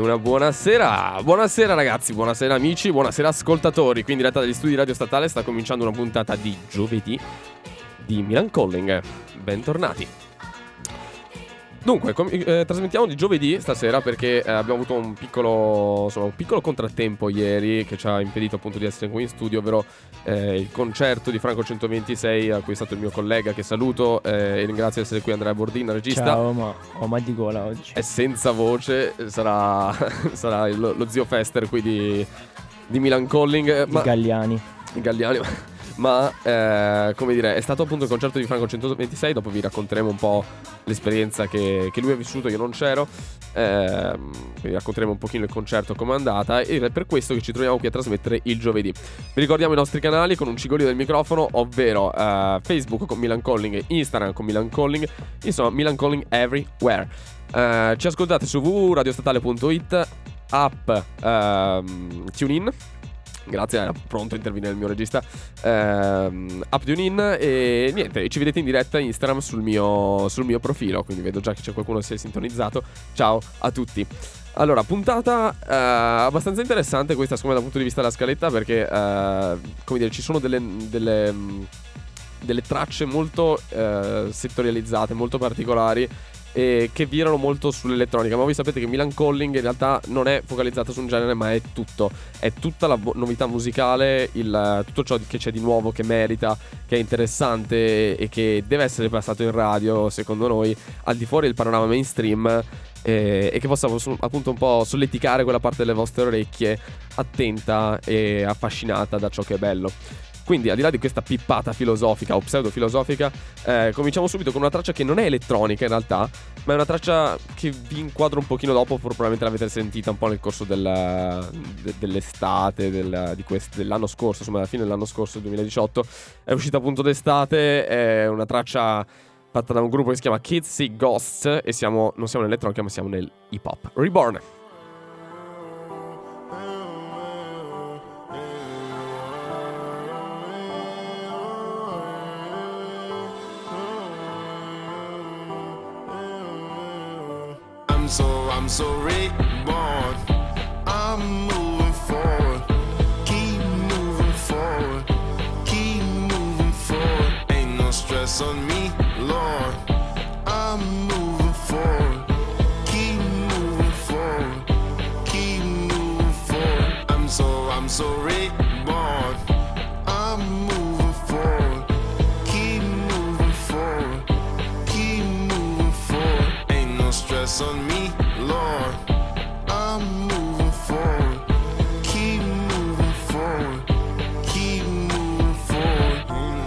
una buonasera. Buonasera ragazzi, buonasera amici, buonasera ascoltatori. Qui in diretta dagli studi Radio Statale sta cominciando una puntata di giovedì di Milan Calling. Bentornati. Dunque, trasmettiamo di giovedì stasera perché abbiamo avuto un piccolo contrattempo ieri che ci ha impedito appunto di essere qui in studio, ovvero il concerto di Franco 126 a cui è stato il mio collega, che saluto e ringrazio di essere qui, Andrea Bordin, regista. Ciao, ma ho mal di gola oggi. È senza voce, sarà lo zio Fester qui di Milan Calling. I Galliani. Ma come dire, è stato appunto il concerto di Franco 126. Dopo vi racconteremo un po' l'esperienza che lui ha vissuto, io non c'ero. Vi racconteremo un pochino il concerto, com'è andata. Ed è per questo che ci troviamo qui a trasmettere il giovedì. Vi ricordiamo i nostri canali con un cigolio del microfono, ovvero Facebook con Milan Calling, Instagram con Milan Calling, insomma Milan Calling everywhere. Ci ascoltate su www.radiostatale.it, app TuneIn. Grazie, era pronto a intervenire il mio regista. App TuneIn. E niente, ci vedete in diretta Instagram sul mio profilo. Quindi vedo già che c'è qualcuno che si è sintonizzato. Ciao a tutti. Allora, puntata abbastanza interessante questa, secondo me, dal punto di vista della scaletta, perché come dire, ci sono delle tracce molto settorializzate, molto particolari, e che virano molto sull'elettronica. Ma voi sapete che Milan Calling in realtà non è focalizzato su un genere, ma è tutta la novità musicale, tutto ciò che c'è di nuovo, che merita, che è interessante e che deve essere passato in radio, secondo noi, al di fuori del panorama mainstream, e che possa appunto un po' solleticare quella parte delle vostre orecchie attenta e affascinata da ciò che è bello. Quindi, al di là di questa pippata filosofica o pseudofilosofica, cominciamo subito con una traccia che non è elettronica in realtà, ma è una traccia che vi inquadro un pochino dopo. Probabilmente l'avete sentita un po' nel corso dell'estate dell'anno scorso, insomma alla fine dell'anno scorso, 2018. È uscita appunto d'estate, è una traccia fatta da un gruppo che si chiama Kids See Ghosts, e non siamo nell'elettronica ma siamo nel hip hop. Reborn. I'm so reborn. I'm moving forward. Keep moving forward. Keep moving forward. Ain't no stress on me, Lord. I'm moving forward. Keep moving forward. Keep moving forward. I'm so reborn. I'm moving forward. Keep moving forward. Keep moving forward. Ain't no stress on me, Lord. I'm moving forward. Keep moving forward. Keep moving forward.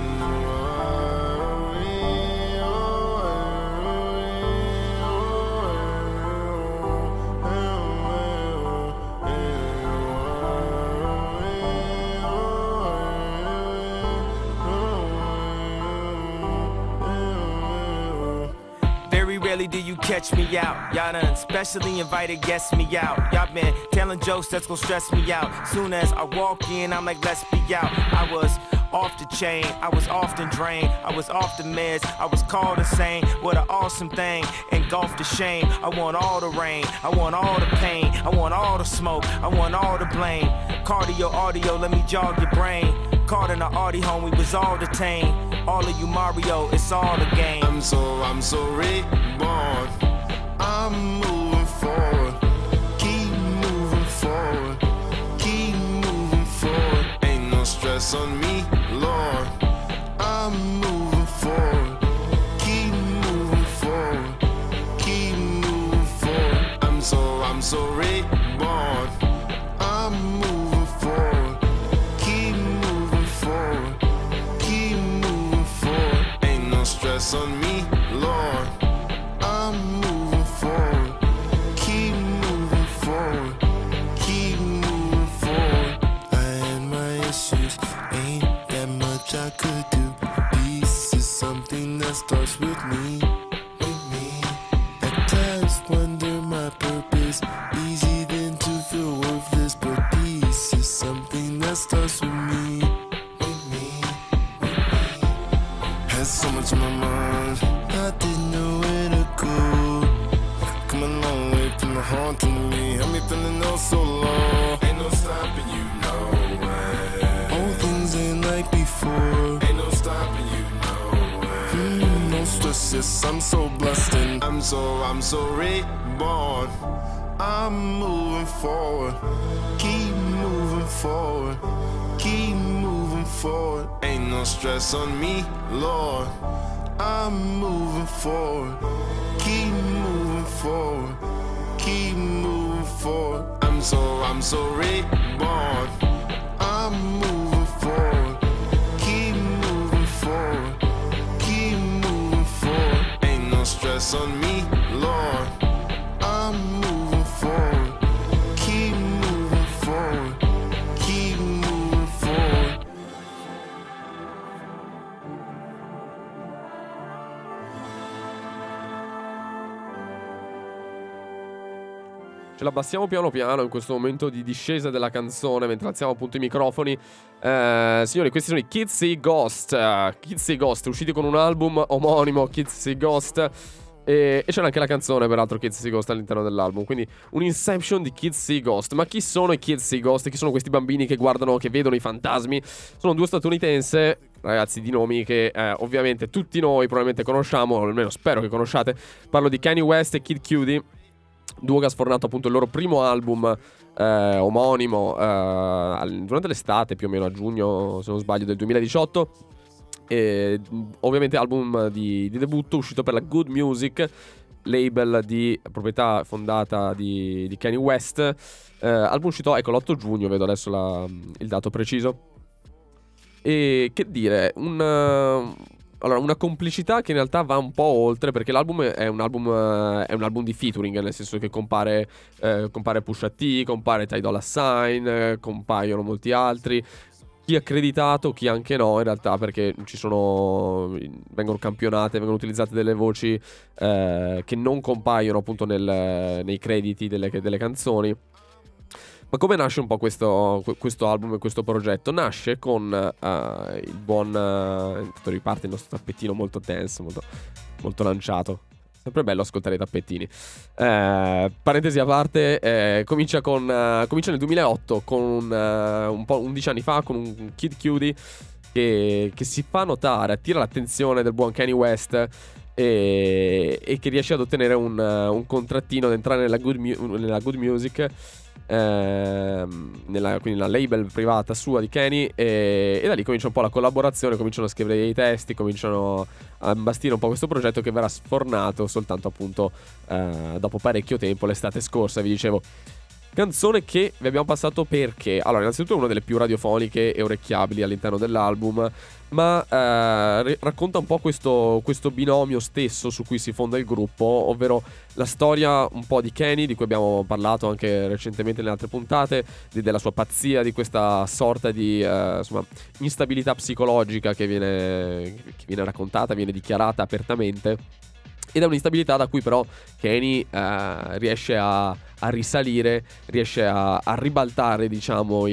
Very rarely do you catch me out. Y'all done specially invited guests me out. Y'all been telling jokes that's gon' stress me out. Soon as I walk in, I'm like, let's be out. I was off the chain, I was often drained, I was off the meds, I was called insane. What an awesome thing, engulfed the shame. I want all the rain, I want all the pain, I want all the smoke, I want all the blame. Cardio, audio, let me jog your brain. Caught in the Audi home, we was all detained. All of you Mario, it's all a game. I'm so reborn. I'm moving forward. Keep moving forward. Keep moving forward. Ain't no stress on me, Lord. I'm moving forward. Keep moving forward. Keep moving forward. I'm so reborn. I'm moving forward. Keep moving forward. Keep moving forward. Ain't no stress on me, Lord. I'm moving forward. Keep moving forward. Keep moving forward. I had my issues, ain't that much I could do. Peace is something that starts with me. At times wonder my purpose. Easy then to feel worthless, but peace is something that starts with me. Had so much on my mind, I didn't know where to go. Come a long way from the haunting me. Help me feeling oh so low. Ain't no stopping you, no way. All things ain't like before. Ain't no stopping you, no way. No stress, yes, I'm so blessed and I'm so reborn. I'm moving forward, keep moving forward, keep moving forward. Ain't no stress on me, Lord. I'm moving forward, keep moving forward, keep moving forward. I'm so reborn. I'm moving forward, keep moving forward, keep moving forward. Ain't no stress on me, Lord. I'm moving forward, keep moving forward, keep moving forward. Ce l'abbassiamo piano piano in questo momento di discesa della canzone mentre alziamo appunto i microfoni. Signori, questi sono i Kids See Ghost. Kids See Ghost, usciti con un album omonimo, Kids See Ghost. E c'era anche la canzone, peraltro, Kids See Ghost all'interno dell'album. Quindi un Inception di Kids See Ghost. Ma chi sono i Kids See Ghost? Chi sono questi bambini che guardano, che vedono i fantasmi? Sono due statunitensi, ragazzi, di nomi che ovviamente tutti noi probabilmente conosciamo, o almeno spero che conosciate. Parlo di Kanye West e Kid Cudi, duo che ha sfornato appunto il loro primo album omonimo durante l'estate, più o meno a giugno, se non sbaglio, del 2018. E ovviamente album di debutto uscito per la Good Music, label di proprietà fondata di Kanye West. Album uscito, ecco, l'8 giugno, vedo adesso il dato preciso. E che dire, allora, una complicità che in realtà va un po' oltre, perché l'album è un album di featuring, nel senso che compare Pusha T, compare Ty Dolla $ign, compaiono molti altri, chi accreditato, chi anche no, in realtà, perché vengono campionate, vengono utilizzate delle voci che non compaiono appunto nei crediti delle canzoni. Ma come nasce un po' questo album e questo progetto? Nasce con il buon... riparte il nostro tappettino molto dance, molto, molto lanciato. Sempre bello ascoltare i tappetini. Parentesi a parte, comincia nel 2008 con un po' 11 anni fa, con un Kid Cudi che si fa notare, attira l'attenzione del buon Kanye West e che riesce ad ottenere un contrattino ad entrare nella Good Music, quindi la label privata sua di Kanye, e da lì comincia un po' la collaborazione, cominciano a scrivere dei testi, cominciano a imbastire un po' questo progetto che verrà sfornato soltanto appunto dopo parecchio tempo, l'estate scorsa, vi dicevo. Canzone che vi abbiamo passato perché, allora, innanzitutto è una delle più radiofoniche e orecchiabili all'interno dell'album, ma racconta un po' questo binomio stesso su cui si fonda il gruppo, ovvero la storia un po' di Kanye, di cui abbiamo parlato anche recentemente nelle altre puntate, della sua pazzia, di questa sorta di insomma, instabilità psicologica che viene raccontata, viene dichiarata apertamente. Ed è un'instabilità da cui però Kanye riesce a risalire, riesce a ribaltare, diciamo,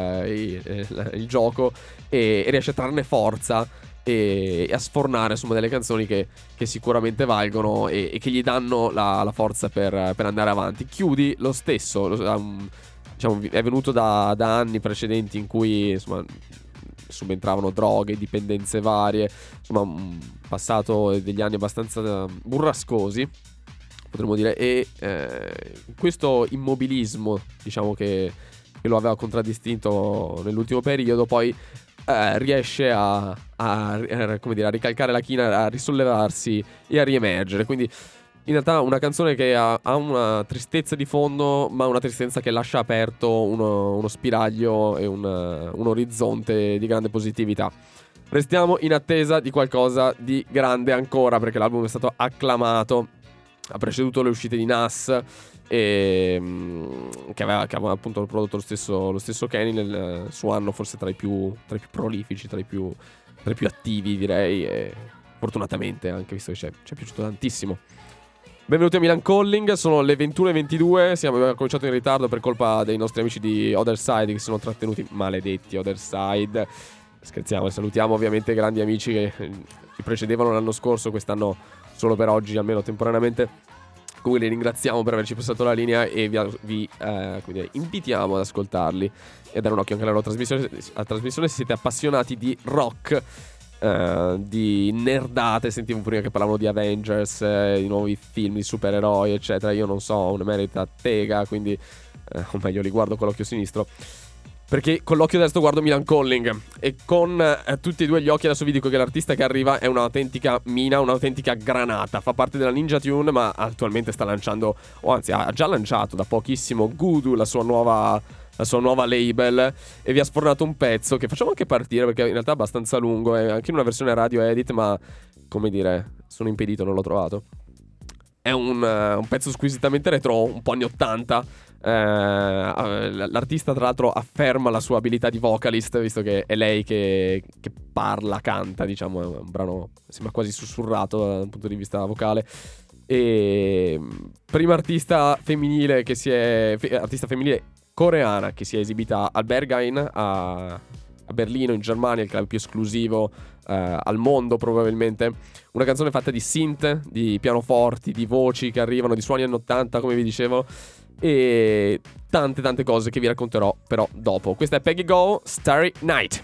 il gioco e riesce a trarne forza e a sfornare, insomma, delle canzoni che sicuramente valgono e che gli danno la forza per andare avanti. Chiudi lo stesso, diciamo, è venuto da anni precedenti in cui, insomma, subentravano droghe, dipendenze varie, insomma un passato degli anni abbastanza burrascosi, potremmo dire, e questo immobilismo, diciamo, che lo aveva contraddistinto nell'ultimo periodo, poi riesce a ricalcare la china, a risollevarsi e a riemergere. Quindi in realtà una canzone che ha una tristezza di fondo, ma una tristezza che lascia aperto uno spiraglio e un orizzonte di grande positività. Restiamo in attesa di qualcosa di grande ancora, perché l'album è stato acclamato, ha preceduto le uscite di Nas, che aveva appunto prodotto lo stesso Kanye nel suo anno forse tra i più prolifici, tra i più attivi, direi, e fortunatamente anche, visto che ci è piaciuto tantissimo. Benvenuti a Milan Calling, sono le 21:22, abbiamo cominciato in ritardo per colpa dei nostri amici di Other Side che si sono trattenuti, maledetti Other Side. Scherziamo, salutiamo ovviamente i grandi amici che ci precedevano l'anno scorso, quest'anno solo per oggi, almeno temporaneamente Comunque li ringraziamo per averci passato la linea e vi come dire, invitiamo ad ascoltarli e dare un occhio anche alla loro trasmissione se siete appassionati di rock, di nerdate. Sentivo prima che parlavano di Avengers, di nuovi film di supereroi eccetera. Io non so, un'emerita tega, quindi o meglio li guardo con l'occhio sinistro, perché con l'occhio destro guardo Milan Calling e con tutti e due gli occhi adesso vi dico che l'artista che arriva è un'autentica mina, un'autentica granata. Fa parte della Ninja Tune, ma attualmente sta lanciando, o anzi ha già lanciato da pochissimo Gudu, la sua nuova label, e vi ha sfornato un pezzo che facciamo anche partire perché in realtà è abbastanza lungo, è anche in una versione radio edit, ma come dire, sono impedito, non l'ho trovato. È un pezzo squisitamente retro, un po' anni 80. L'artista tra l'altro afferma la sua abilità di vocalist, visto che è lei che parla, canta, diciamo. È un brano, sembra quasi sussurrato dal punto di vista vocale. E prima artista femminile coreana che si è esibita al Berghain a Berlino, in Germania, il club più esclusivo al mondo probabilmente. Una canzone fatta di synth, di pianoforti, di voci che arrivano, di suoni anni 80 come vi dicevo, e tante cose che vi racconterò però dopo. Questa è Peggy Go, Starry Night.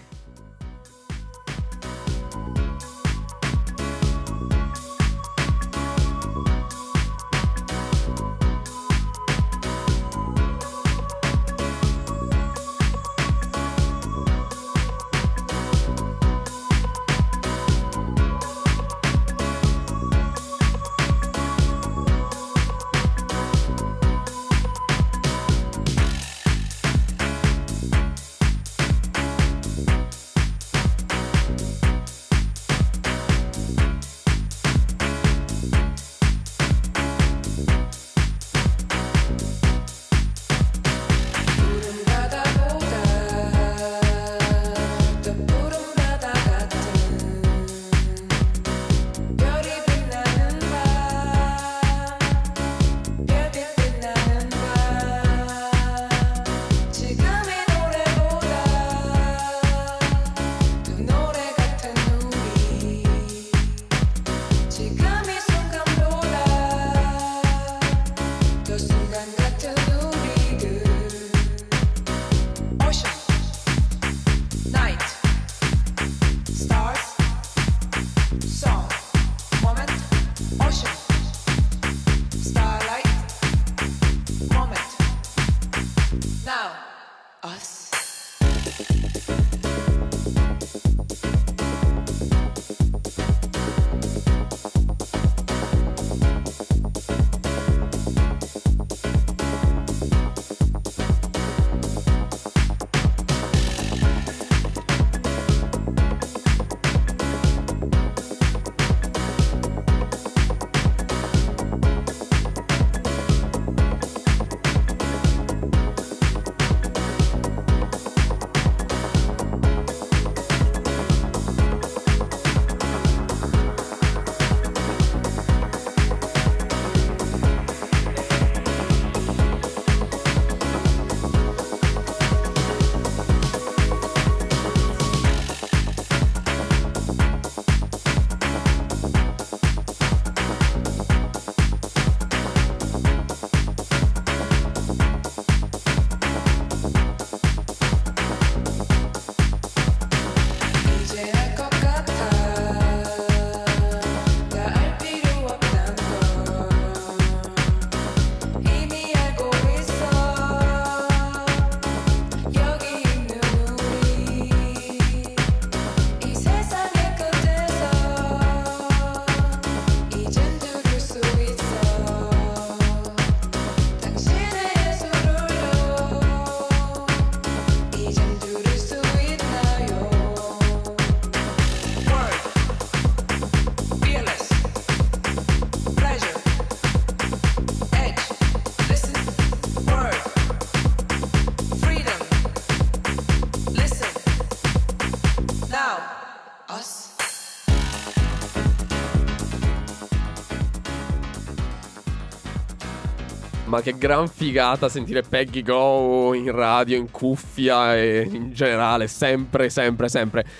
Ma che gran figata sentire Peggy Go in radio, in cuffia e in generale, sempre.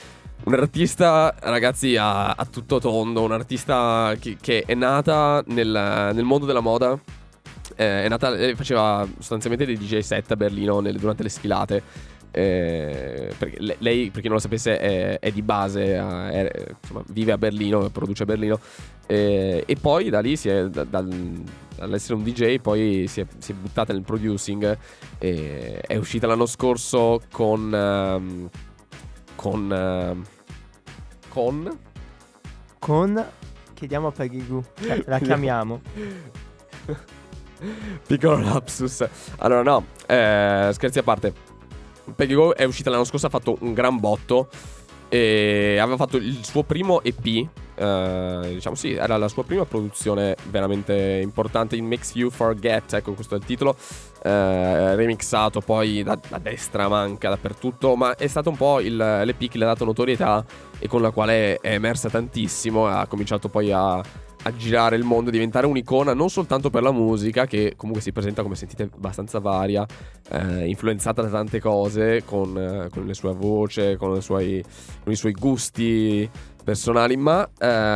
Un artista, ragazzi, a tutto tondo. Un artista che è nata nel mondo della moda. È nata, faceva sostanzialmente dei DJ set a Berlino durante le sfilate. Perché lei, per chi non lo sapesse, è di base, insomma, vive a Berlino, produce a Berlino. E poi da lì dall'essere un DJ poi si è buttata nel producing. È uscita l'anno scorso con chiediamo a Peggy Goo. La chiamiamo. Piccolo lapsus. Allora no, scherzi a parte, Peggy Goo è uscita l'anno scorso, ha fatto un gran botto e aveva fatto il suo primo EP. Diciamo sì, era la sua prima produzione veramente importante. It Makes You Forget, ecco, questo è il titolo. Remixato poi da destra manca dappertutto, ma è stato un po' l'EP che le ha dato notorietà e con la quale è emersa tantissimo. Ha cominciato poi a girare il mondo, diventare un'icona non soltanto per la musica, che comunque si presenta, come sentite, abbastanza varia, influenzata da tante cose, con le sue voci, con i suoi gusti personali, ma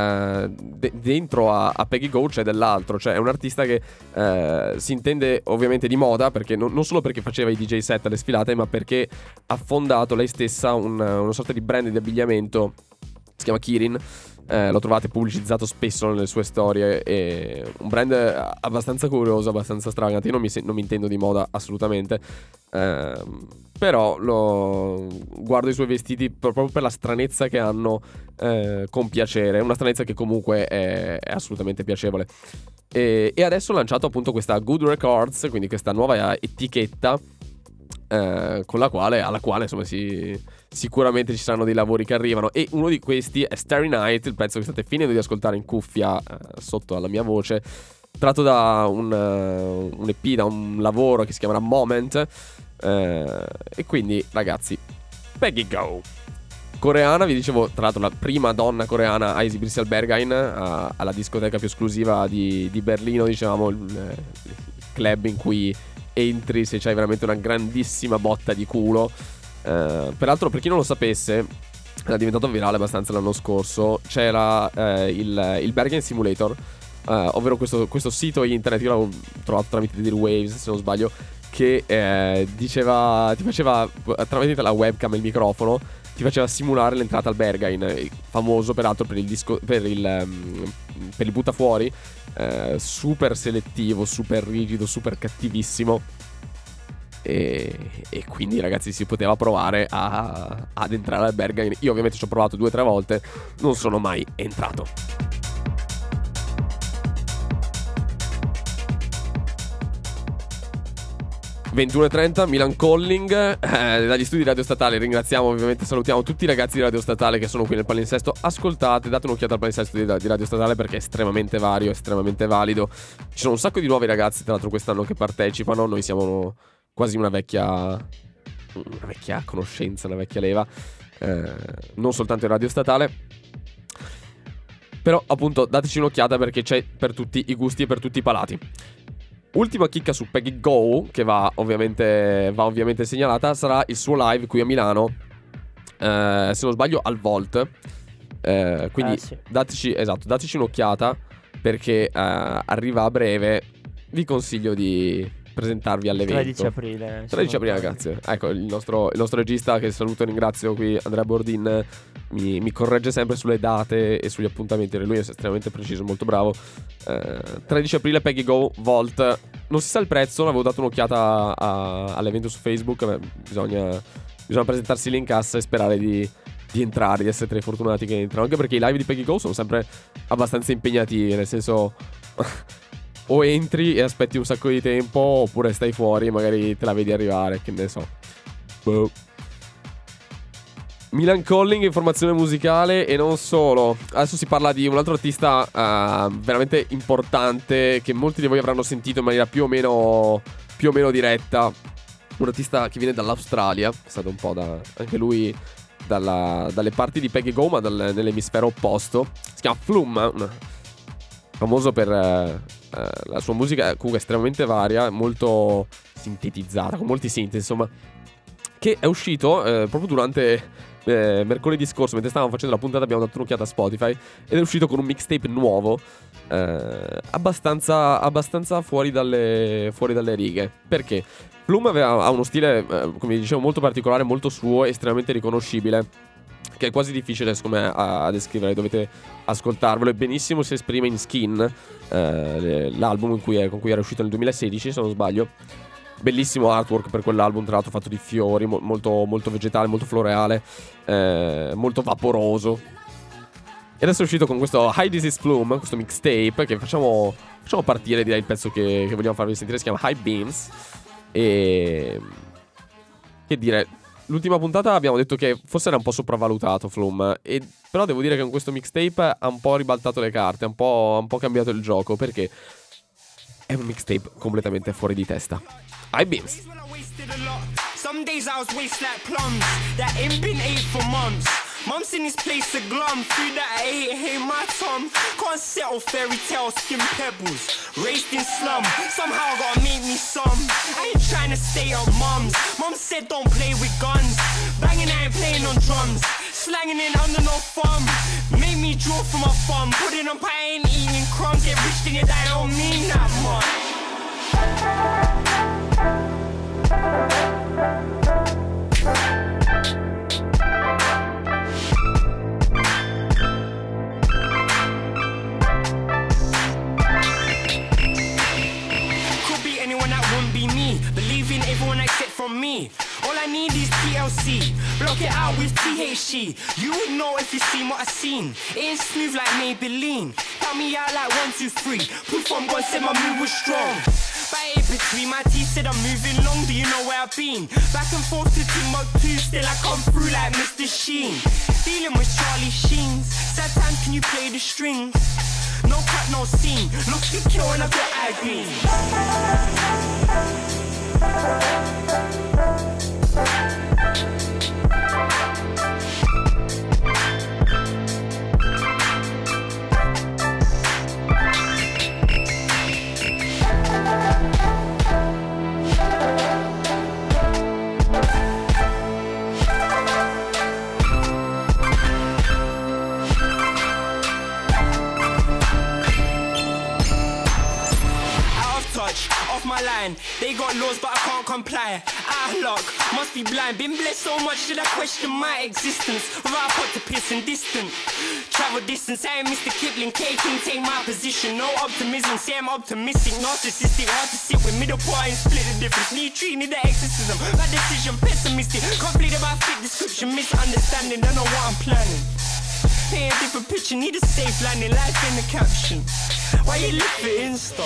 dentro a Peggy Gou c'è dell'altro. Cioè è un artista che si intende ovviamente di moda, perché non solo perché faceva i DJ set alle sfilate, ma perché ha fondato lei stessa una sorta di brand di abbigliamento, si chiama Kirin. Lo trovate pubblicizzato spesso nelle sue storie. È un brand abbastanza curioso, abbastanza stravagante. Io non mi intendo di moda assolutamente, però guardo i suoi vestiti proprio per la stranezza che hanno, con piacere. Una stranezza che comunque è assolutamente piacevole. E adesso ha lanciato appunto questa Good Records, quindi questa nuova etichetta, alla quale insomma sicuramente ci saranno dei lavori che arrivano, e uno di questi è Starry Night, il pezzo che state finendo di ascoltare in cuffia sotto alla mia voce, tratto da un EP, da un lavoro che si chiamerà Moment. E quindi ragazzi, Peggy Gou, coreana, vi dicevo, tra l'altro la prima donna coreana a esibirsi al Berghain, alla discoteca più esclusiva di Berlino, diciamo il club in cui entri se c'hai veramente una grandissima botta di culo. Peraltro, per chi non lo sapesse, era diventato virale abbastanza l'anno scorso. C'era il Berghain Simulator, ovvero questo sito internet, io l'avevo trovato tramite Dear Waves, se non sbaglio, che ti faceva, tramite la webcam e il microfono, ti faceva simulare l'entrata al Berghain, famoso peraltro per il buttafuori, super selettivo, super rigido, super cattivissimo. E quindi ragazzi si poteva provare ad entrare al Berghain. Io ovviamente ci ho provato 2 o 3 volte, non sono mai entrato. 21:30, Milan Calling, dagli studi di Radio Statale. Ringraziamo, ovviamente salutiamo tutti i ragazzi di Radio Statale che sono qui nel palinsesto. Ascoltate, date un'occhiata al palinsesto di Radio Statale, perché è estremamente vario, estremamente valido. Ci sono un sacco di nuovi ragazzi tra l'altro quest'anno che partecipano. Noi siamo quasi una vecchia conoscenza, una vecchia leva, non soltanto in Radio Statale. Però appunto dateci un'occhiata, perché c'è per tutti i gusti e per tutti i palati. Ultima chicca su Peggy Gou, che va ovviamente segnalata, sarà il suo live qui a Milano, se non sbaglio al Volt. Quindi sì. dateci un'occhiata, perché arriva a breve. Vi consiglio di presentarvi all'evento. 13 aprile. 13 aprile, ragazzi. Ecco, il nostro regista, che saluto e ringrazio qui, Andrea Bordin, mi corregge sempre sulle date e sugli appuntamenti. Lui è estremamente preciso, molto bravo. 13 aprile, Peggy Gou, Volt. Non si sa il prezzo, avevo dato un'occhiata all'evento su Facebook. Bisogna presentarsi lì in cassa e sperare di entrare, di essere tra i fortunati che entrano. Anche perché i live di Peggy Gou sono sempre abbastanza impegnativi, nel senso o entri e aspetti un sacco di tempo, oppure stai fuori e magari te la vedi arrivare, che ne so. Boh. Milan Calling, informazione musicale e non solo. Adesso si parla di un altro artista veramente importante, che molti di voi avranno sentito in maniera più o meno diretta. Un artista che viene dall'Australia, è stato un po' anche lui dalle parti di Peggy Gou, ma nell'emisfero opposto. Si chiama Flume, famoso per la sua musica comunque estremamente varia, molto sintetizzata, con molti synth, insomma. che è uscito proprio durante mercoledì scorso, mentre stavamo facendo la puntata abbiamo dato un'occhiata a Spotify ed è uscito con un mixtape nuovo, abbastanza fuori dalle righe. Perché? Flume ha uno stile, come dicevo, molto particolare, molto suo, estremamente riconoscibile, che è quasi difficile secondo me a descrivere, dovete ascoltarvelo. E benissimo si esprime in Skin, l'album con cui era uscito nel 2016 se non sbaglio. Bellissimo artwork per quell'album, tra l'altro fatto di fiori, molto, molto vegetale, molto floreale, molto vaporoso. E adesso è uscito con questo Hi This Is Flume, questo mixtape, che facciamo partire, direi, il pezzo che vogliamo farvi sentire. Si chiama High Beams. E che dire, l'ultima puntata abbiamo detto che forse era un po' sopravvalutato Flume, però devo dire che con questo mixtape ha un po' ribaltato le carte, ha un po' cambiato il gioco, perché è un mixtape completamente fuori di testa. High Beams. Some days I was waste like plums that ain't been ate for months. Mom's in this place to glum, food that I ate, hey my Tom. Can't settle fairy tales, skin pebbles, raised in slum. Somehow gotta make me some. I ain't trying to stay on mums. Mom said don't play with guns. Banging, I ain't playing on drums. Slanging in under no thumb. Made me draw from my thumb. Put it on pie, ain't eating crumbs. Get rich thinking that I don't mean that much. Everyone except from me. All I need is TLC. Block it out with THC. You would know if you seen what I seen. It ain't smooth like Maybelline. Help me out like 1, 2, 3. Proof I'm gone, said my move was strong. But it between my teeth said I'm moving long. Do you know where I've been? Back and forth to Timbuktu. Still I come through like Mr. Sheen. Dealing with Charlie Sheens. Sad times, can you play the strings? No cut, no scene. Looks to kill and I got eye green. Off my line, they got laws but I can't comply. Out of luck, must be blind. Been blessed so much that I question my existence. Without pot to piss and distant. Travel distance, I ain't Mr. Kipling. K-King, take my position. No optimism, say I'm optimistic. Narcissistic, hard to sit with middle point and split the difference. Need treating the exorcism. My decision, pessimistic. Complete about fit description. Misunderstanding, don't know what I'm planning. Paint a different picture, need a safe landing. Life in the caption. Why you live for Insta?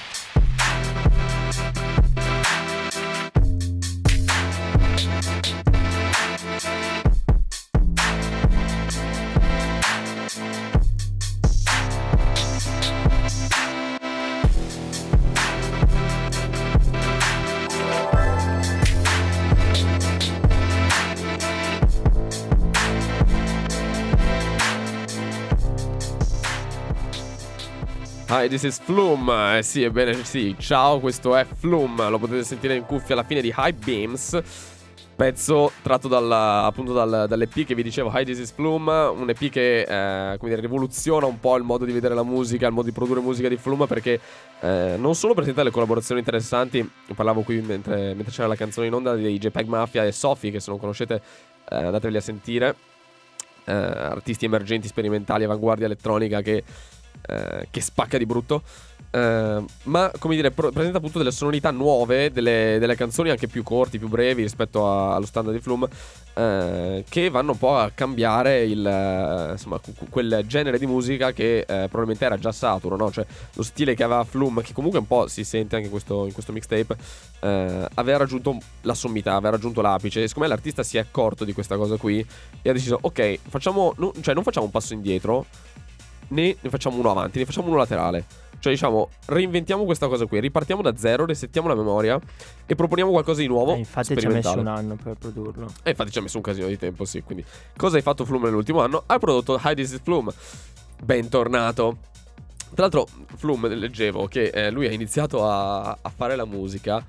Hi, this is Flume. Sì, ebbene sì, ciao, questo è Flume. Lo potete sentire in cuffia alla fine di High Beams, pezzo tratto dall'EP che vi dicevo, Hi, this is Flume. Un EP che come dire, rivoluziona un po' il modo di vedere la musica, il modo di produrre musica di Flume, perché non solo presenta le collaborazioni interessanti. Parlavo qui mentre c'era la canzone in onda dei JPEG Mafia e Sophie, che se non conoscete andateveli a sentire. Artisti emergenti, sperimentali, avanguardia elettronica che spacca di brutto, ma come dire presenta appunto delle sonorità nuove, delle canzoni anche più corti, più brevi rispetto allo standard di Flume, che vanno un po' a cambiare insomma quel genere di musica che probabilmente era già saturo, no? Cioè lo stile che aveva Flume, che comunque un po' si sente anche in questo mixtape, aveva raggiunto la sommità, aveva raggiunto l'apice, e secondo me l'artista si è accorto di questa cosa qui e ha deciso ok, non facciamo un passo indietro, ne facciamo uno avanti, ne facciamo uno laterale. Cioè diciamo, reinventiamo questa cosa qui, ripartiamo da zero, resettiamo la memoria e proponiamo qualcosa di nuovo. Infatti ci ha messo un anno per produrlo. E infatti ci ha messo un casino di tempo, sì. Quindi cosa hai fatto Flume nell'ultimo anno? Hai prodotto Hi, This Is Flume. Bentornato. Tra l'altro Flume, leggevo che lui ha iniziato a fare la musica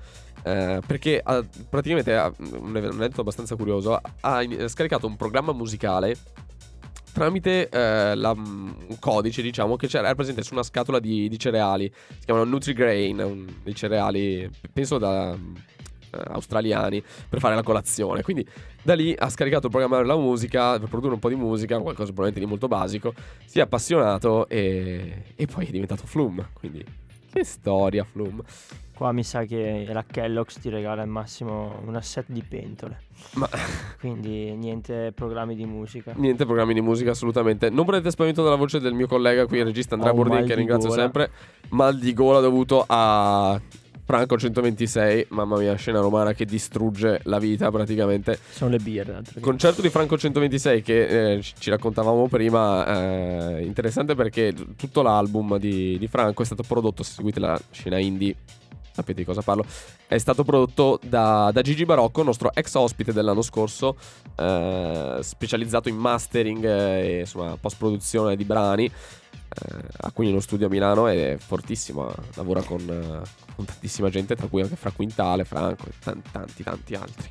perché praticamente un evento abbastanza curioso, ha scaricato un programma musicale tramite un codice, diciamo, che era presente su una scatola di cereali. Si chiamano Nutri-Grain, dei cereali, penso da australiani, per fare la colazione. Quindi da lì ha scaricato il programma della musica, per produrre un po' di musica, qualcosa probabilmente di molto basico. Si è appassionato e poi è diventato Flume. Quindi che storia, Flume. Qua mi sa che la Kellogg's ti regala al massimo un asset di pentole. Ma Quindi niente programmi di musica. niente programmi di musica, assolutamente. Non prendete spavento dalla voce del mio collega qui, il regista Andrea Ho un Bordin, mal che di ringrazio gola. sempre. Mal di gola dovuto a Franco 126. Mamma mia, scena romana che distrugge la vita praticamente. Sono le birre. Concerto di Franco 126 che ci raccontavamo prima, interessante perché tutto l'album di Franco è stato prodotto, se seguite la scena indie sapete di cosa parlo, è stato prodotto da Gigi Barocco, nostro ex ospite dell'anno scorso, specializzato in mastering e insomma post produzione di brani, ha quindi uno studio a Milano ed è fortissimo, lavora con tantissima gente, tra cui anche Fra Quintale, Franco e tanti altri.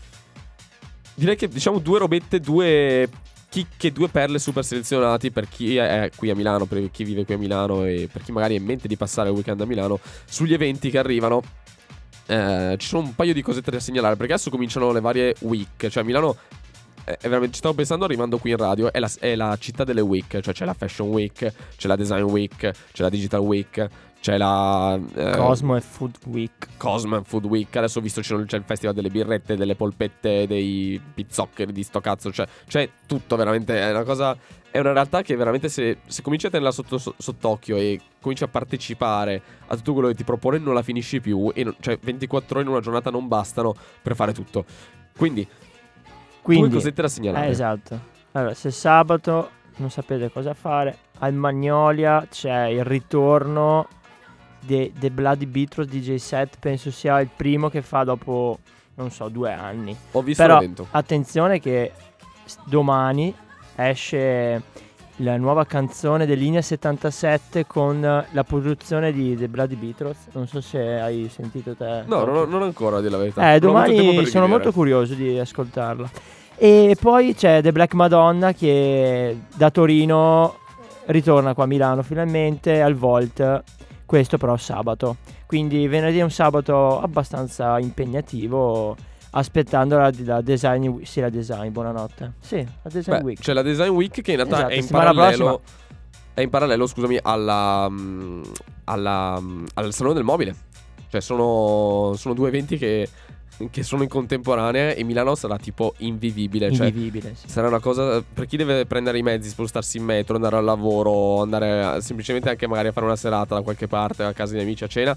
Direi che diciamo due robette, due chicche, due perle super selezionati per chi è qui a Milano, per chi vive qui a Milano e per chi magari ha in mente di passare il weekend a Milano, sugli eventi che arrivano. Ci sono un paio di cosette da segnalare, perché adesso cominciano le varie week, cioè Milano è veramente, ci stavo pensando arrivando qui in radio, è la città delle week, cioè c'è la Fashion Week, c'è la Design Week, c'è la Digital Week, c'è la Cosmo e Food Week. Cosmo and Food Week. Adesso ho visto c'è il festival delle birrette, delle polpette, dei pizzoccheri di sto cazzo. Cioè c'è tutto veramente. È una cosa. È una realtà che veramente se cominci a tenerla sott'occhio e cominci a partecipare a tutto quello che ti propone, non la finisci più. E cioè 24 ore in una giornata non bastano per fare tutto. Quindi due cosette da segnalare. Esatto. Allora, se sabato non sapete cosa fare, al Magnolia c'è il ritorno The Bloody Beatles DJ set. Penso sia il primo che fa dopo, non so, 2 anni. Ho visto Però l'evento. attenzione che domani esce la nuova canzone dell'Linea 77 con la produzione di The Bloody Beatles. Non so se hai sentito te. No, non ancora, a dire la verità. Non ho avuto tempo Domani per sono rivedere. molto curioso di ascoltarla. E poi c'è The Black Madonna che da Torino ritorna qua a Milano finalmente al Volt. Questo però sabato. Quindi venerdì è un sabato abbastanza impegnativo, aspettando la design. Sì, la design, buonanotte. Sì, la design week. C'è la Design Week che in realtà Esatto, è in settimana parallelo. È in parallelo, scusami, al Salone del Mobile. Cioè sono 2 eventi che sono in contemporanea e Milano sarà tipo invivibile. Invivibile, sì. Sarà una cosa per chi deve prendere i mezzi, spostarsi in metro, andare al lavoro, andare semplicemente anche magari a fare una serata da qualche parte, a casa di amici, a cena.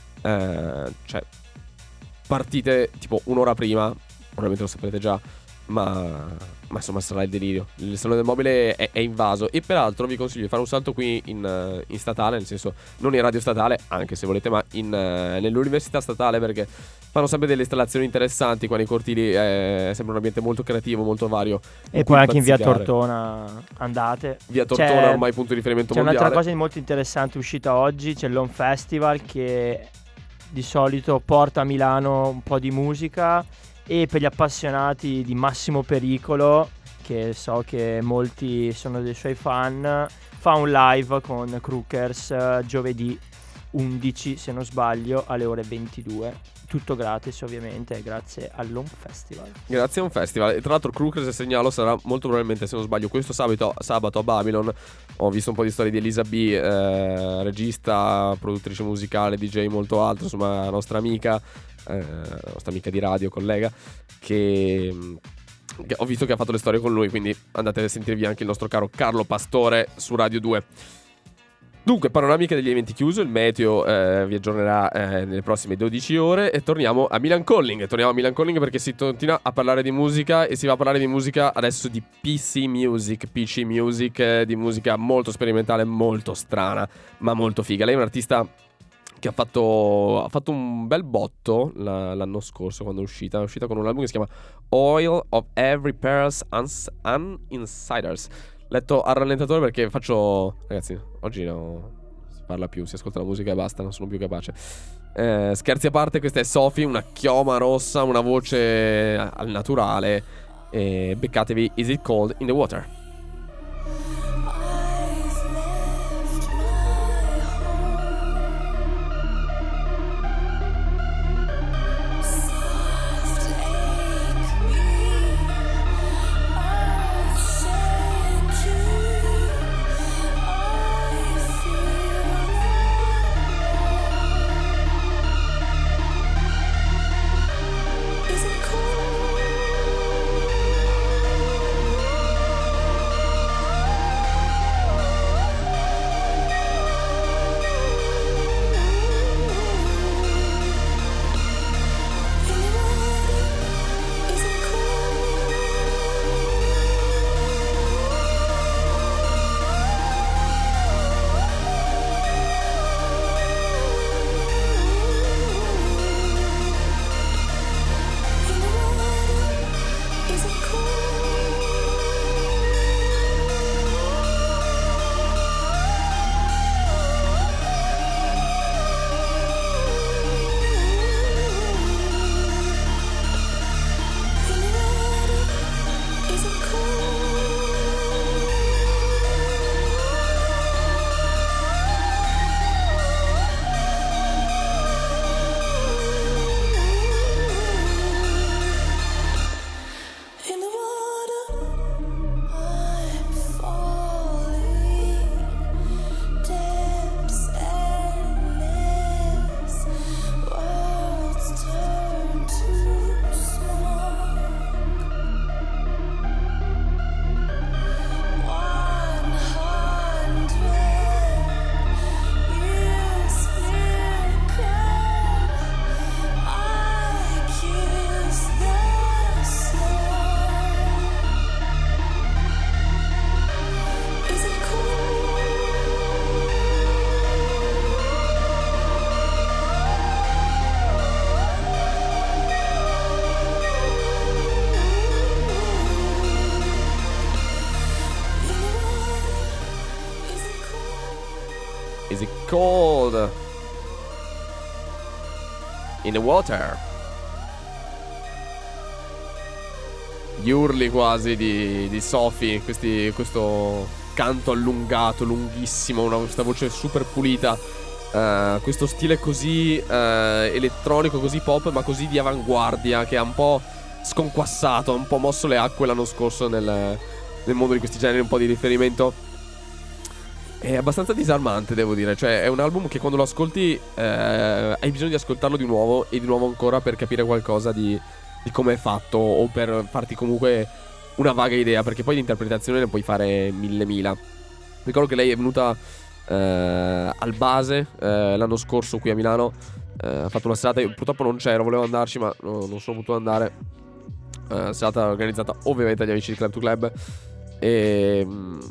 Cioè partite tipo un'ora prima, probabilmente lo saprete già, ma insomma sarà il delirio. Il Salone del Mobile è invaso. E peraltro vi consiglio di fare un salto qui in statale, nel senso non in radio statale, anche se volete, ma nell'università statale, perché fanno sempre delle installazioni interessanti qua nei cortili. È sempre un ambiente molto creativo, molto vario. E poi anche in via Tortona andate. Via Tortona ormai punto di riferimento c'è mondiale. un'altra cosa molto interessante uscita oggi, c'è l'Home Festival che di solito porta a Milano un po' di musica, e per gli appassionati di Massimo Pericolo, che so che molti sono dei suoi fan, fa un live con Crookers giovedì 11 se non sbaglio alle ore 22. Tutto gratis ovviamente, grazie all'Home Festival. Grazie a un festival. E tra l'altro Crookers, segnalo, sarà molto probabilmente, se non sbaglio, questo sabato a Babylon. Ho visto un po' di storie di Elisa B, regista, produttrice musicale, DJ molto alto, insomma nostra amica di radio, collega, che ho visto che ha fatto le storie con lui, quindi andate a sentirvi anche il nostro caro Carlo Pastore su Radio 2. Dunque, panoramica degli eventi chiuso, il meteo vi aggiornerà nelle prossime 12 ore e torniamo a Milan Calling. Perché si continua a parlare di musica e si va a parlare di musica adesso di PC Music, di musica molto sperimentale, molto strana, ma molto figa. Lei è un artista che ha fatto un bel botto l'anno scorso quando è uscita con un album che si chiama Oil of Every Pearl's Insiders. Letto al rallentatore perché faccio... Ragazzi, oggi no, si parla più, si ascolta la musica e basta, non sono più capace. Scherzi a parte, questa è Sophie, una chioma rossa, una voce al naturale. Beccatevi Is It Cold in the Water. Is it cold in the water? Gli urli quasi di Sophie, questo canto allungato, lunghissimo, questa voce super pulita, questo stile così elettronico, così pop, ma così di avanguardia, che ha un po' sconquassato, ha un po' mosso le acque l'anno scorso nel mondo di questi generi, un po' di riferimento. È abbastanza disarmante, devo dire. Cioè, è un album che quando lo ascolti hai bisogno di ascoltarlo di nuovo e di nuovo ancora per capire qualcosa di come è fatto, o per farti comunque una vaga idea, perché poi di interpretazione ne puoi fare mille. Ricordo che lei è venuta al Base l'anno scorso qui a Milano, ha fatto una serata. Io purtroppo non c'ero, volevo andarci ma non sono potuto andare. Serata organizzata ovviamente dagli amici di Club to Club. E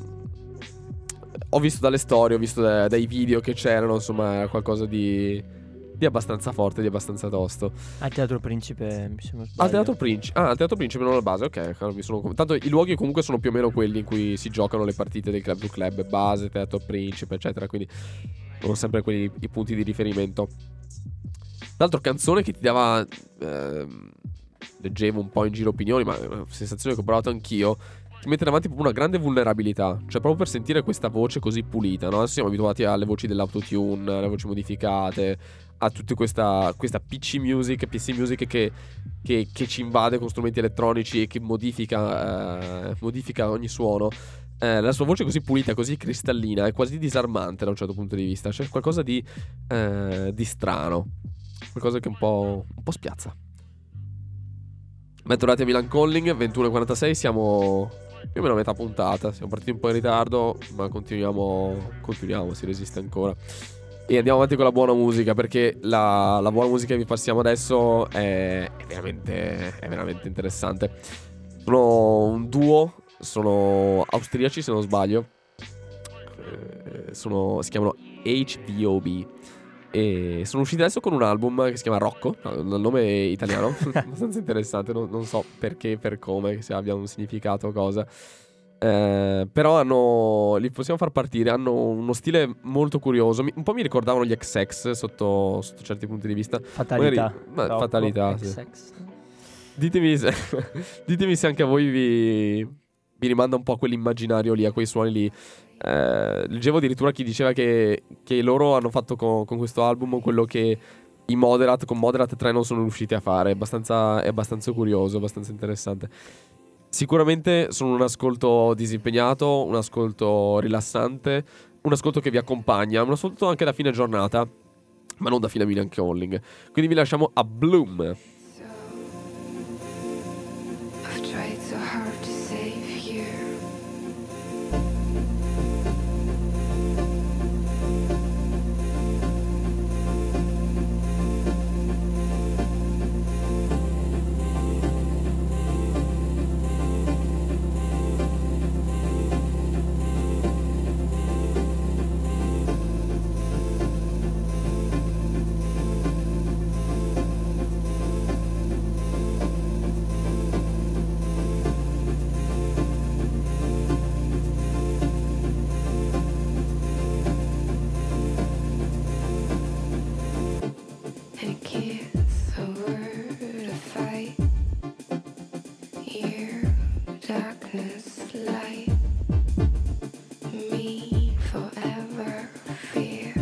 ho visto dalle storie, ho visto dai video che c'erano, insomma, era qualcosa di abbastanza forte, di abbastanza tosto. Al Teatro Principe, mi sembra. Al Teatro Principe. Al Teatro Principe, non al Base, ok. Tanto i luoghi comunque sono più o meno quelli in cui si giocano le partite del Club to Club, Base, Teatro Principe, eccetera. Quindi sono sempre quelli i punti di riferimento. L'altra canzone che ti dava, leggevo un po' in giro opinioni, ma è una sensazione che ho provato anch'io, ti mette davanti proprio una grande vulnerabilità. Cioè proprio per sentire questa voce così pulita, no? Adesso siamo abituati alle voci dell'autotune, alle voci modificate, a tutta questa PC music che ci invade con strumenti elettronici e che modifica ogni suono. La sua voce così pulita, così cristallina, è quasi disarmante da un certo punto di vista. C'è qualcosa di strano, qualcosa che un po' spiazza. Bentornati a Milan Calling, 21:46, siamo più o meno a metà puntata. Siamo partiti un po' in ritardo, ma continuiamo, si resiste ancora. E andiamo avanti con la buona musica, perché la buona musica che vi passiamo adesso è veramente interessante. Sono un duo, sono austriaci se non sbaglio, si chiamano HVOB e sono usciti adesso con un album che si chiama Rocco, il nome è italiano, abbastanza interessante, non so perché, per come, se abbia un significato o cosa. Però li possiamo far partire. Hanno uno stile molto curioso. Un po' mi ricordavano gli XX sotto certi punti di vista. Fatalità. Magari, fatalità, sì. XX. Ditemi se anche a voi vi rimanda un po' a quell'immaginario lì, a quei suoni lì. Leggevo addirittura chi diceva che loro hanno fatto con questo album quello che i Moderat con Moderat 3 non sono riusciti a fare. È abbastanza curioso, abbastanza interessante. Sicuramente sono un ascolto disimpegnato, un ascolto rilassante, un ascolto che vi accompagna, un ascolto anche da fine giornata, ma non da fine Millen Calling. Quindi vi lasciamo a Bloom. I've tried so hard to save you. A kiss, a word, a fight. You, darkness, light. Me, forever, fear.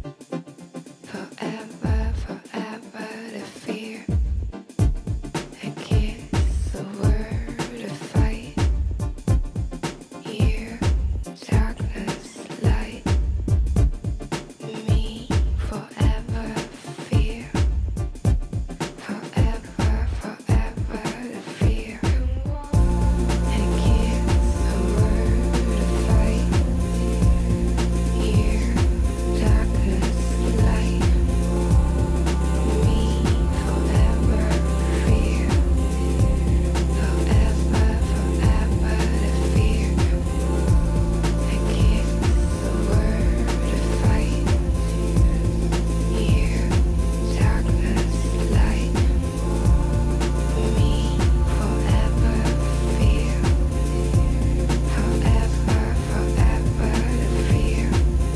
Forever, forever to fear. A kiss, a word, a fight. You, darkness, light. Me, forever, fear. Forever, forever to fear. A kiss, a word, a fight. You, darkness, light. Me, forever, fear. Forever, forever to fear. A kiss, a word, a fight. You, darkness, light. Me, forever, fear. Forever, forever to fear.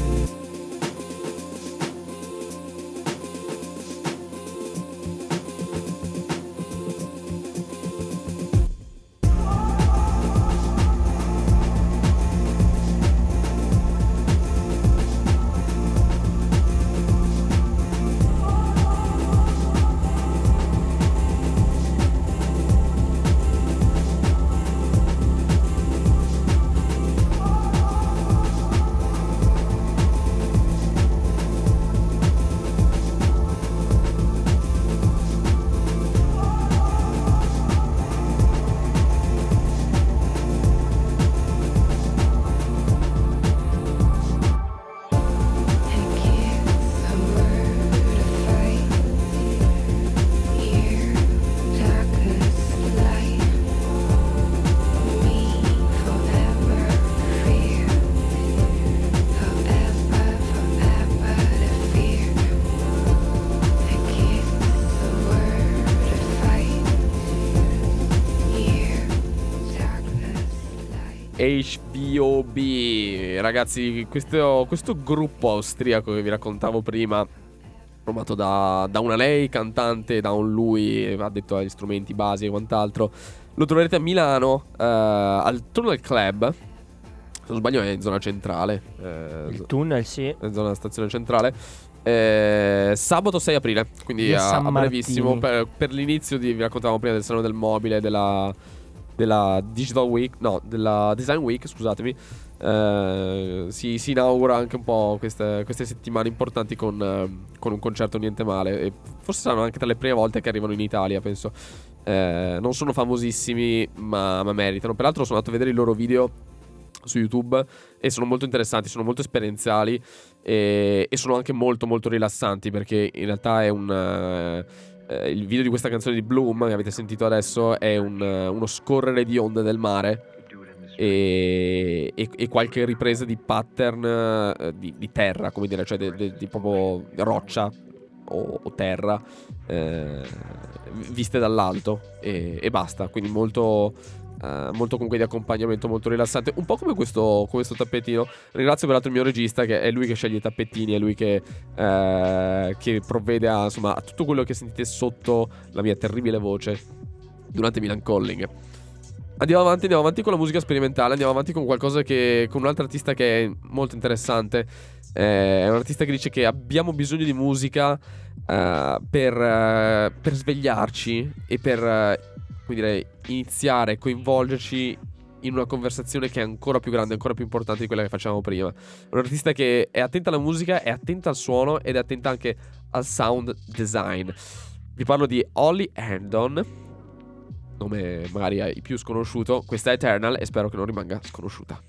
A kiss, a word, a fight. You, darkness, light. Me, forever, fear. Forever, forever to fear. A kiss, a word, a fight. You, darkness, light. HBOB, ragazzi, questo gruppo austriaco che vi raccontavo prima, formato da una lei cantante, da un lui addetto agli strumenti basi e quant'altro, lo troverete a Milano al Tunnel Club. Se non sbaglio è in zona centrale, Il tunnel, sì. in zona stazione centrale. Sabato 6 aprile, quindi Via a San brevissimo, Martino. per l'inizio vi raccontavamo prima del Salone del Mobile, della Digital Week, no, della Design Week, scusatemi. Si inaugura anche un po' queste settimane importanti con un concerto niente male. E forse saranno anche tra le prime volte che arrivano in Italia, penso. Non sono famosissimi, ma meritano. Peraltro sono andato a vedere i loro video su YouTube e sono molto interessanti, sono molto esperienziali e sono anche molto molto rilassanti, perché in realtà è il video di questa canzone di Bloom che avete sentito adesso è uno scorrere di onde del mare e qualche ripresa di pattern di terra, come dire, cioè di proprio roccia o terra viste dall'alto e basta, quindi molto molto comunque di accompagnamento, molto rilassante, un po' come questo tappetino. Ringrazio peraltro il mio regista, che è lui che sceglie i tappetini, è lui che provvede a, insomma, a tutto quello che sentite sotto la mia terribile voce durante Milan Calling. Andiamo avanti con la musica sperimentale, andiamo avanti con qualcosa con un altro artista che è molto interessante. È un artista che dice che abbiamo bisogno di musica per svegliarci e per come dire, iniziare a coinvolgerci in una conversazione che è ancora più grande, ancora più importante di quella che facevamo prima. Un artista che è attenta alla musica, è attenta al suono ed è attenta anche al sound design. Vi parlo di Holly Herndon, nome magari ai più sconosciuto. Questa è Eternal e spero che non rimanga sconosciuta.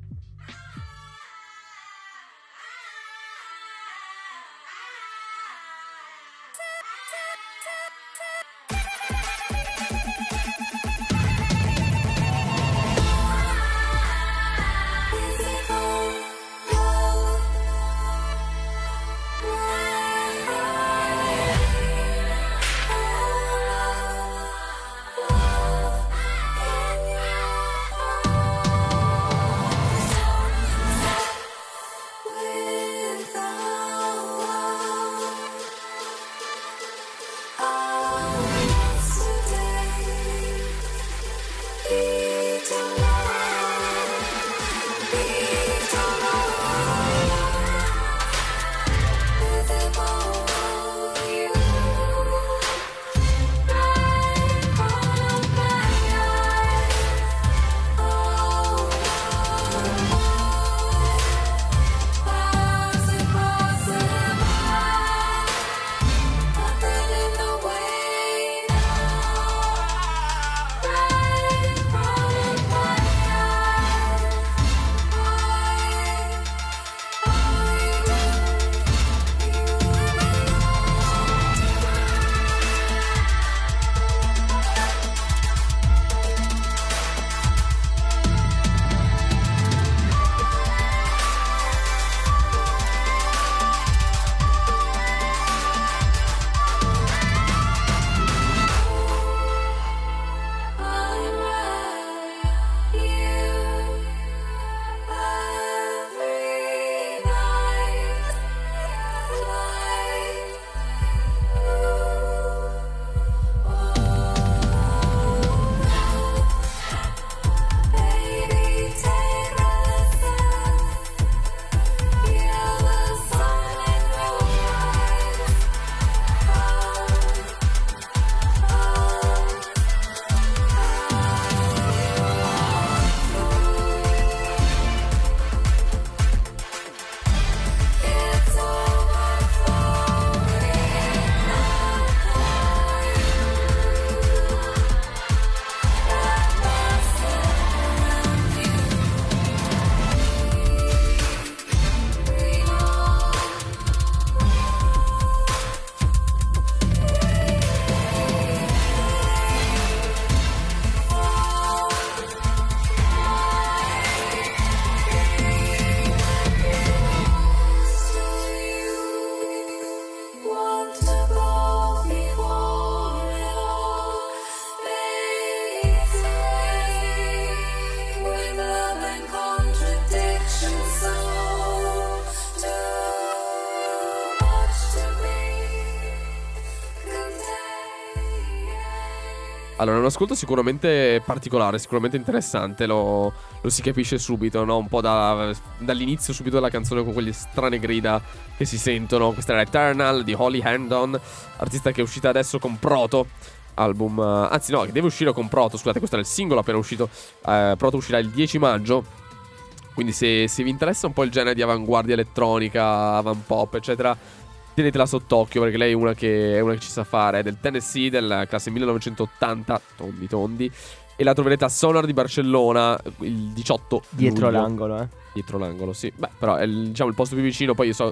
Allora, è un ascolto sicuramente particolare, sicuramente interessante, lo si capisce subito, no? Un po' dall'inizio subito della canzone, con quelle strane grida che si sentono. Questa era Eternal di Holly Herndon, artista che è uscita adesso con Proto, album, anzi no, che deve uscire con Proto, scusate, questo era il singolo appena uscito. Proto uscirà il 10 maggio, quindi se vi interessa un po' il genere di avanguardia elettronica, avant pop, eccetera, tenetela sott'occhio, perché lei è una che ci sa fare. È del Tennessee, del classe 1980, tondi. E la troverete a Sonar di Barcellona il 18 dietro luglio. l'angolo, Dietro l'angolo, sì. Beh, però è il posto più vicino. Poi io so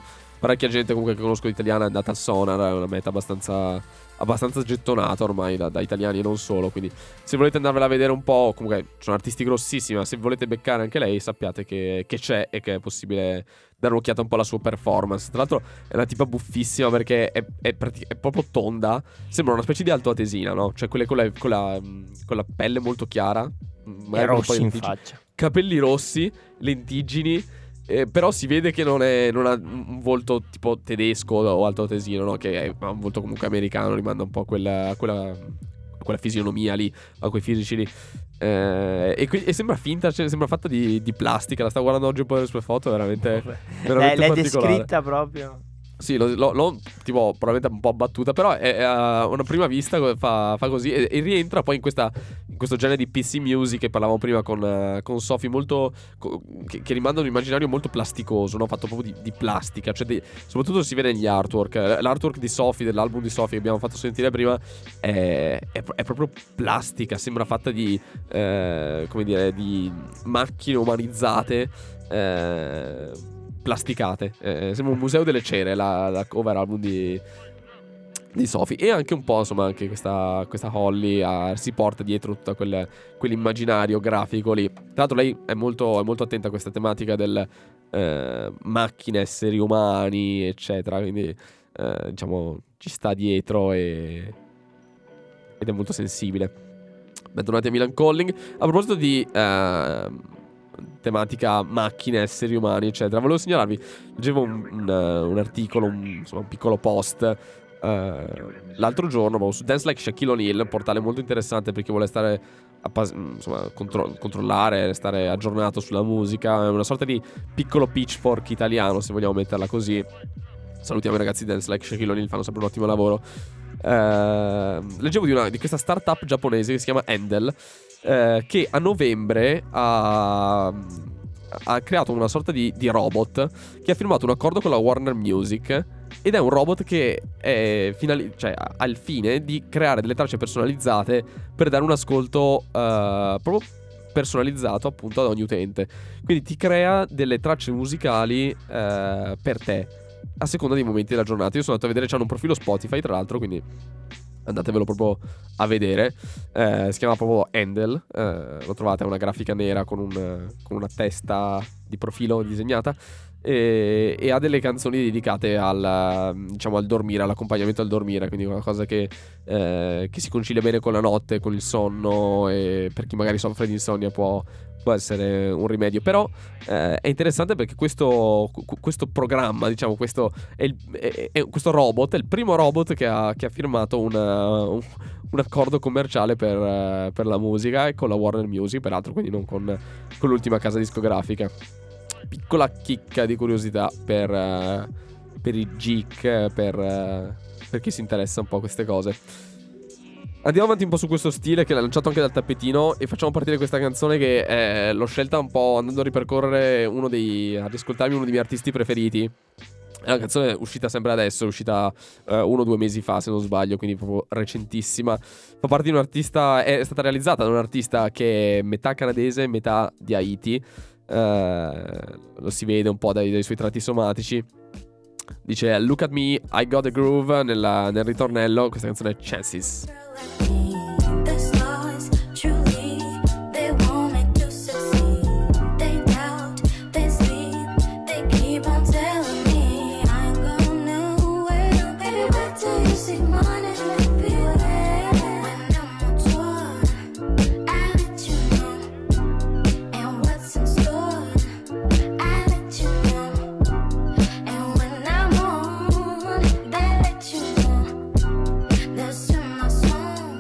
parecchia gente comunque che conosco italiana è andata al Sonar, è una meta abbastanza gettonata ormai da italiani e non solo, quindi se volete andarvela a vedere un po', comunque sono artisti grossissimi, ma se volete beccare anche lei sappiate che c'è e che è possibile dare un'occhiata un po' alla sua performance. Tra l'altro è una tipa buffissima perché è proprio tonda, sembra una specie di altoatesina, no? Cioè quelle con la pelle molto chiara, E rossi in faccia. capelli rossi, lentiggini, però si vede che non ha un volto tipo tedesco o altoatesino, no? Che ha un volto comunque americano, rimanda un po' a quella fisionomia lì, a quei fisici lì. E sembra finta, cioè, sembra fatta di plastica. La stavo guardando oggi un po' delle sue foto, veramente L'hai particolare. descritta proprio. Sì, l'ho tipo probabilmente un po' abbattuta, però è a una prima vista fa così e rientra poi in questo genere di PC music che parlavamo prima con Sophie, molto che rimanda a un immaginario molto plasticoso, no? Fatto proprio di plastica, cioè soprattutto si vede negli artwork. L'artwork di Sophie, dell'album di Sophie che abbiamo fatto sentire prima, è proprio plastica, sembra fatta di come dire, di macchine umanizzate plasticate. Sembra un museo delle cere la cover album di Sophie. E anche un po', insomma, anche questa Holly si porta dietro tutto quell'immaginario grafico lì. Tra l'altro lei è molto attenta a questa tematica del macchine, esseri umani, eccetera. Quindi diciamo ci sta dietro ed è molto sensibile. Bentornati a Milan Calling. A proposito di tematica macchine, esseri umani, eccetera, volevo segnalarvi, leggevo un articolo, un piccolo post l'altro giorno su Dance Like Shaquille O'Neal, un portale molto interessante per chi vuole stare controllare, stare aggiornato sulla musica. È una sorta di piccolo pitchfork italiano, se vogliamo metterla così. Salutiamo i ragazzi di Dance Like Shaquille O'Neal, fanno sempre un ottimo lavoro. Leggevo di questa startup giapponese che si chiama Endel, che a novembre ha creato una sorta di robot che ha firmato un accordo con la Warner Music, ed è un robot che è ha il fine di creare delle tracce personalizzate per dare un ascolto proprio personalizzato appunto ad ogni utente. Quindi ti crea delle tracce musicali per te a seconda dei momenti della giornata. Io sono andato a vedere, c'hanno un profilo Spotify tra l'altro, quindi andatevelo proprio a vedere. Si chiama proprio Endel, lo trovate, è una grafica nera con una testa di profilo disegnata, e ha delle canzoni dedicate al dormire, all'accompagnamento al dormire, quindi una cosa che si concilia bene con la notte, con il sonno, e per chi magari soffre di insonnia può essere un rimedio. Però è interessante perché questo programma, diciamo, questo robot è il primo robot che ha firmato un accordo commerciale per la musica, e con la Warner Music peraltro, quindi non con l'ultima casa discografica. Piccola chicca di curiosità per i geek, per chi si interessa un po' a queste cose. Andiamo avanti un po' su questo stile che l'ha lanciato anche dal tappetino, e facciamo partire questa canzone che l'ho scelta un po' andando a ripercorrere ad ascoltarmi uno dei miei artisti preferiti. È una canzone uscita sempre adesso, è uscita 1 o 2 mesi fa se non sbaglio, quindi proprio recentissima. Fa parte di un artista, è stata realizzata da un artista che è metà canadese, metà di Haiti. Lo si vede un po' dai suoi tratti somatici. Dice "Look at me, I got a groove" nel ritornello. Questa canzone è Chances. The stars truly, they want me to succeed. They doubt, they sleep, they keep on telling me I'm gonna wait. Baby, wait till you see money, feel it. When I'm on tour, I let you know. And what's in store, I let you know. And when I'm on, they let you know. Listen my song.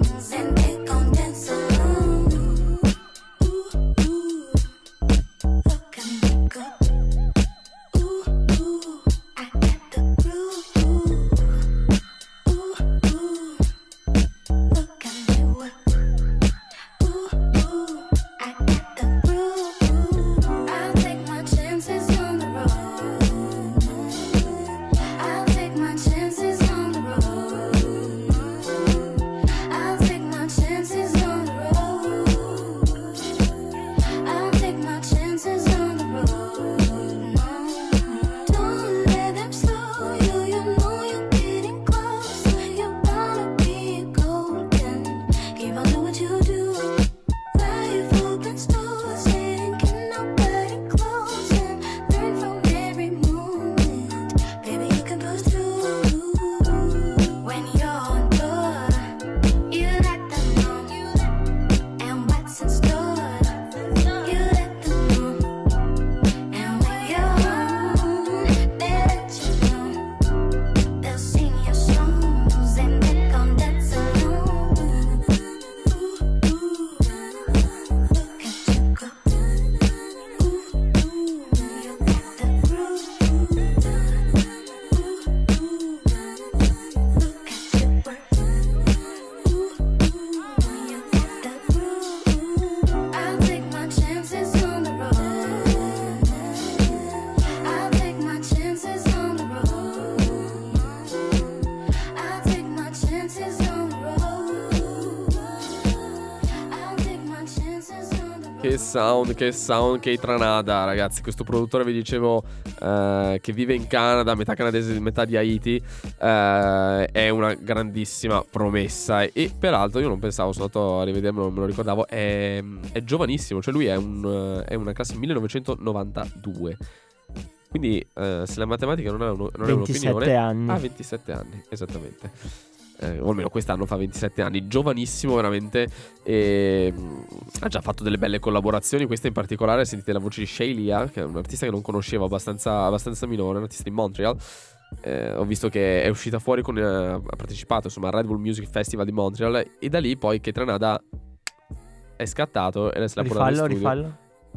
sound Kate Ranada, ragazzi. Questo produttore vi dicevo che vive in Canada, metà canadese, metà di Haiti, è una grandissima promessa. E peraltro io non pensavo, sono andato a rivedermelo, non me lo ricordavo, è giovanissimo, cioè lui è una classe 1992. Quindi se la matematica non è un'opinione, 27 anni. ha 27 anni, esattamente. O almeno quest'anno fa 27 anni, giovanissimo veramente, e ha già fatto delle belle collaborazioni. Questa in particolare, sentite la voce di Shaylia, che è un artista che non conoscevo, abbastanza minore, un artista di Montreal. Ho visto che è uscita fuori ha partecipato insomma al Red Bull Music Festival di Montreal, e da lì poi Kate Ranada è scattato e se l'ha portato in studio. Rifallo.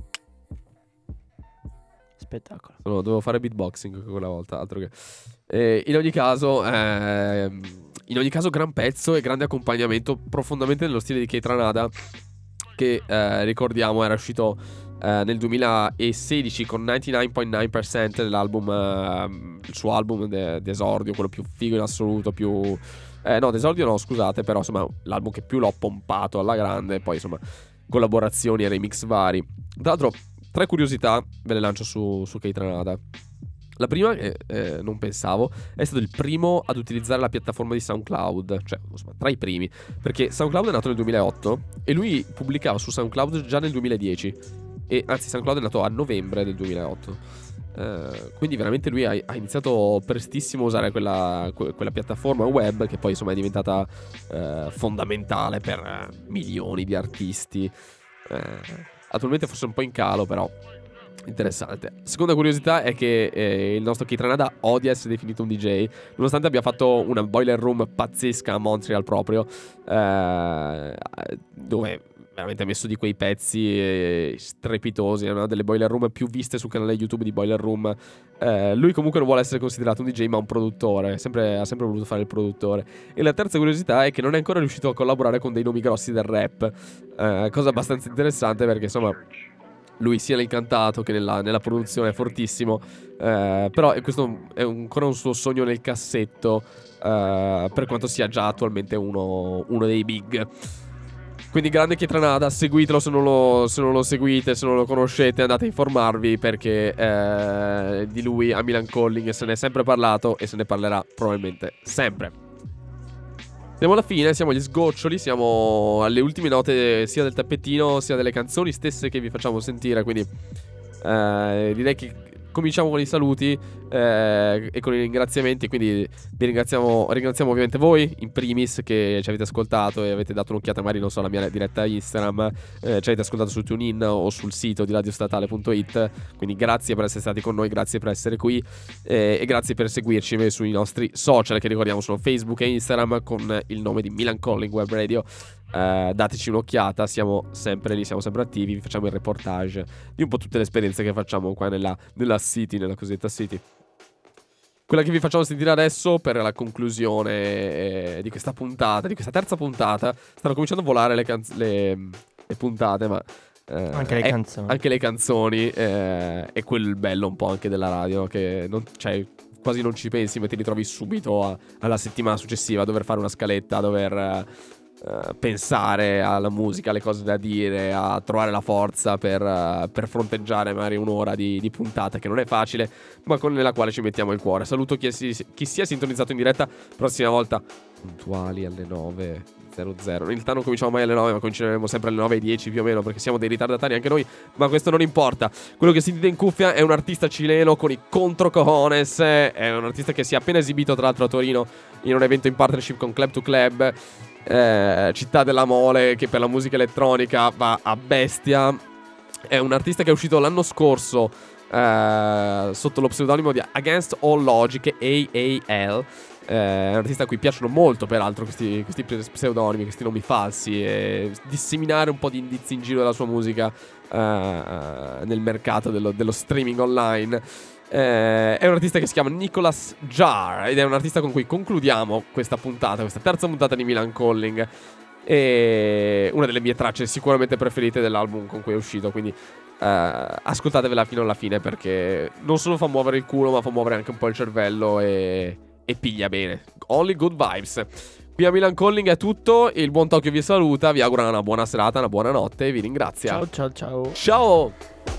Spettacolo. No, dovevo fare beatboxing quella volta, altro che. In ogni caso, gran pezzo e grande accompagnamento, profondamente nello stile di Kate Ranada, che ricordiamo era uscito nel 2016 con 99.9% dell'album, il suo album d'esordio, quello più figo in assoluto, più... no, d'esordio no, scusate, però insomma l'album che più l'ho pompato alla grande, poi insomma collaborazioni e remix vari. Tra l'altro 3 curiosità ve le lancio su Kate Ranada. La prima, che non pensavo, è stato il primo ad utilizzare la piattaforma di SoundCloud, cioè insomma tra i primi, perché SoundCloud è nato nel 2008 e lui pubblicava su SoundCloud già nel 2010, e anzi SoundCloud è nato a novembre del 2008. Quindi veramente lui ha iniziato prestissimo a usare quella piattaforma web, che poi insomma è diventata fondamentale per milioni di artisti. Attualmente forse un po' in calo, però interessante. Seconda curiosità è che il nostro Kate Ranada odia essere definito un DJ, nonostante abbia fatto una boiler room pazzesca a Montreal proprio, dove veramente ha messo di quei pezzi strepitosi. È una delle boiler room più viste sul canale YouTube di Boiler Room. Lui comunque non vuole essere considerato un DJ, ma un produttore. Ha sempre voluto fare il produttore. E la terza curiosità è che non è ancora riuscito a collaborare con dei nomi grossi del rap, cosa abbastanza interessante, perché insomma lui sia nel cantato che nella produzione è fortissimo, però questo è ancora un suo sogno nel cassetto, per quanto sia già attualmente uno dei big. Quindi grande Kate Ranada, seguitelo se non lo seguite, se non lo conoscete, andate a informarvi, perché di lui a Milan Calling se ne è sempre parlato e se ne parlerà probabilmente sempre. Siamo alla fine, siamo agli sgoccioli, siamo alle ultime note sia del tappettino sia delle canzoni stesse che vi facciamo sentire, quindi direi che cominciamo con i saluti e con i ringraziamenti. Quindi vi ringraziamo ovviamente voi in primis, che ci avete ascoltato e avete dato un'occhiata magari, non so, alla mia diretta Instagram, ci avete ascoltato su TuneIn o sul sito di radiostatale.it. quindi grazie per essere stati con noi, grazie per essere qui, e grazie per seguirci sui nostri social, che ricordiamo sono Facebook e Instagram con il nome di Milan Calling Web Radio. Dateci un'occhiata, siamo sempre lì, siamo sempre attivi, vi facciamo il reportage di un po' tutte le esperienze che facciamo qua nella city, nella cosiddetta city. Quella che vi facciamo sentire adesso per la conclusione di questa puntata, di questa terza puntata. Stanno cominciando a volare le puntate, ma anche le canzoni. Anche le canzoni, è quel bello un po' anche della radio, che quasi non ci pensi, ma ti ritrovi subito alla settimana successiva a dover fare una scaletta, a dover pensare alla musica, alle cose da dire, a trovare la forza per fronteggiare magari un'ora di puntata, che non è facile, ma nella quale ci mettiamo il cuore. Saluto chi si è sintonizzato in diretta. Prossima volta puntuali alle 9:00. In realtà non cominciamo mai alle 9, ma cominceremo sempre alle 9:10 più o meno, perché siamo dei ritardatari anche noi, ma questo non importa. Quello che sentite in cuffia è un artista cileno con i contro cojones, è un artista che si è appena esibito tra l'altro a Torino in un evento in partnership con Club to Club, Città della Mole, che per la musica elettronica va a bestia. È un artista che è uscito l'anno scorso sotto lo pseudonimo di Against All Logic, AAL. È un artista a cui piacciono molto peraltro questi pseudonimi, questi nomi falsi, e disseminare un po' di indizi in giro della sua musica nel mercato dello streaming online. È un artista che si chiama Nicolas Jar, ed è un artista con cui concludiamo questa terza puntata di Milan Calling, e una delle mie tracce sicuramente preferite dell'album con cui è uscito. Quindi ascoltatevela fino alla fine, perché non solo fa muovere il culo, ma fa muovere anche un po' il cervello e piglia bene. Only good vibes. Qui a Milan Calling è tutto. Il buon Tokyo vi saluta. Vi augura una buona serata, una buona notte e vi ringrazia. Ciao. Ciao.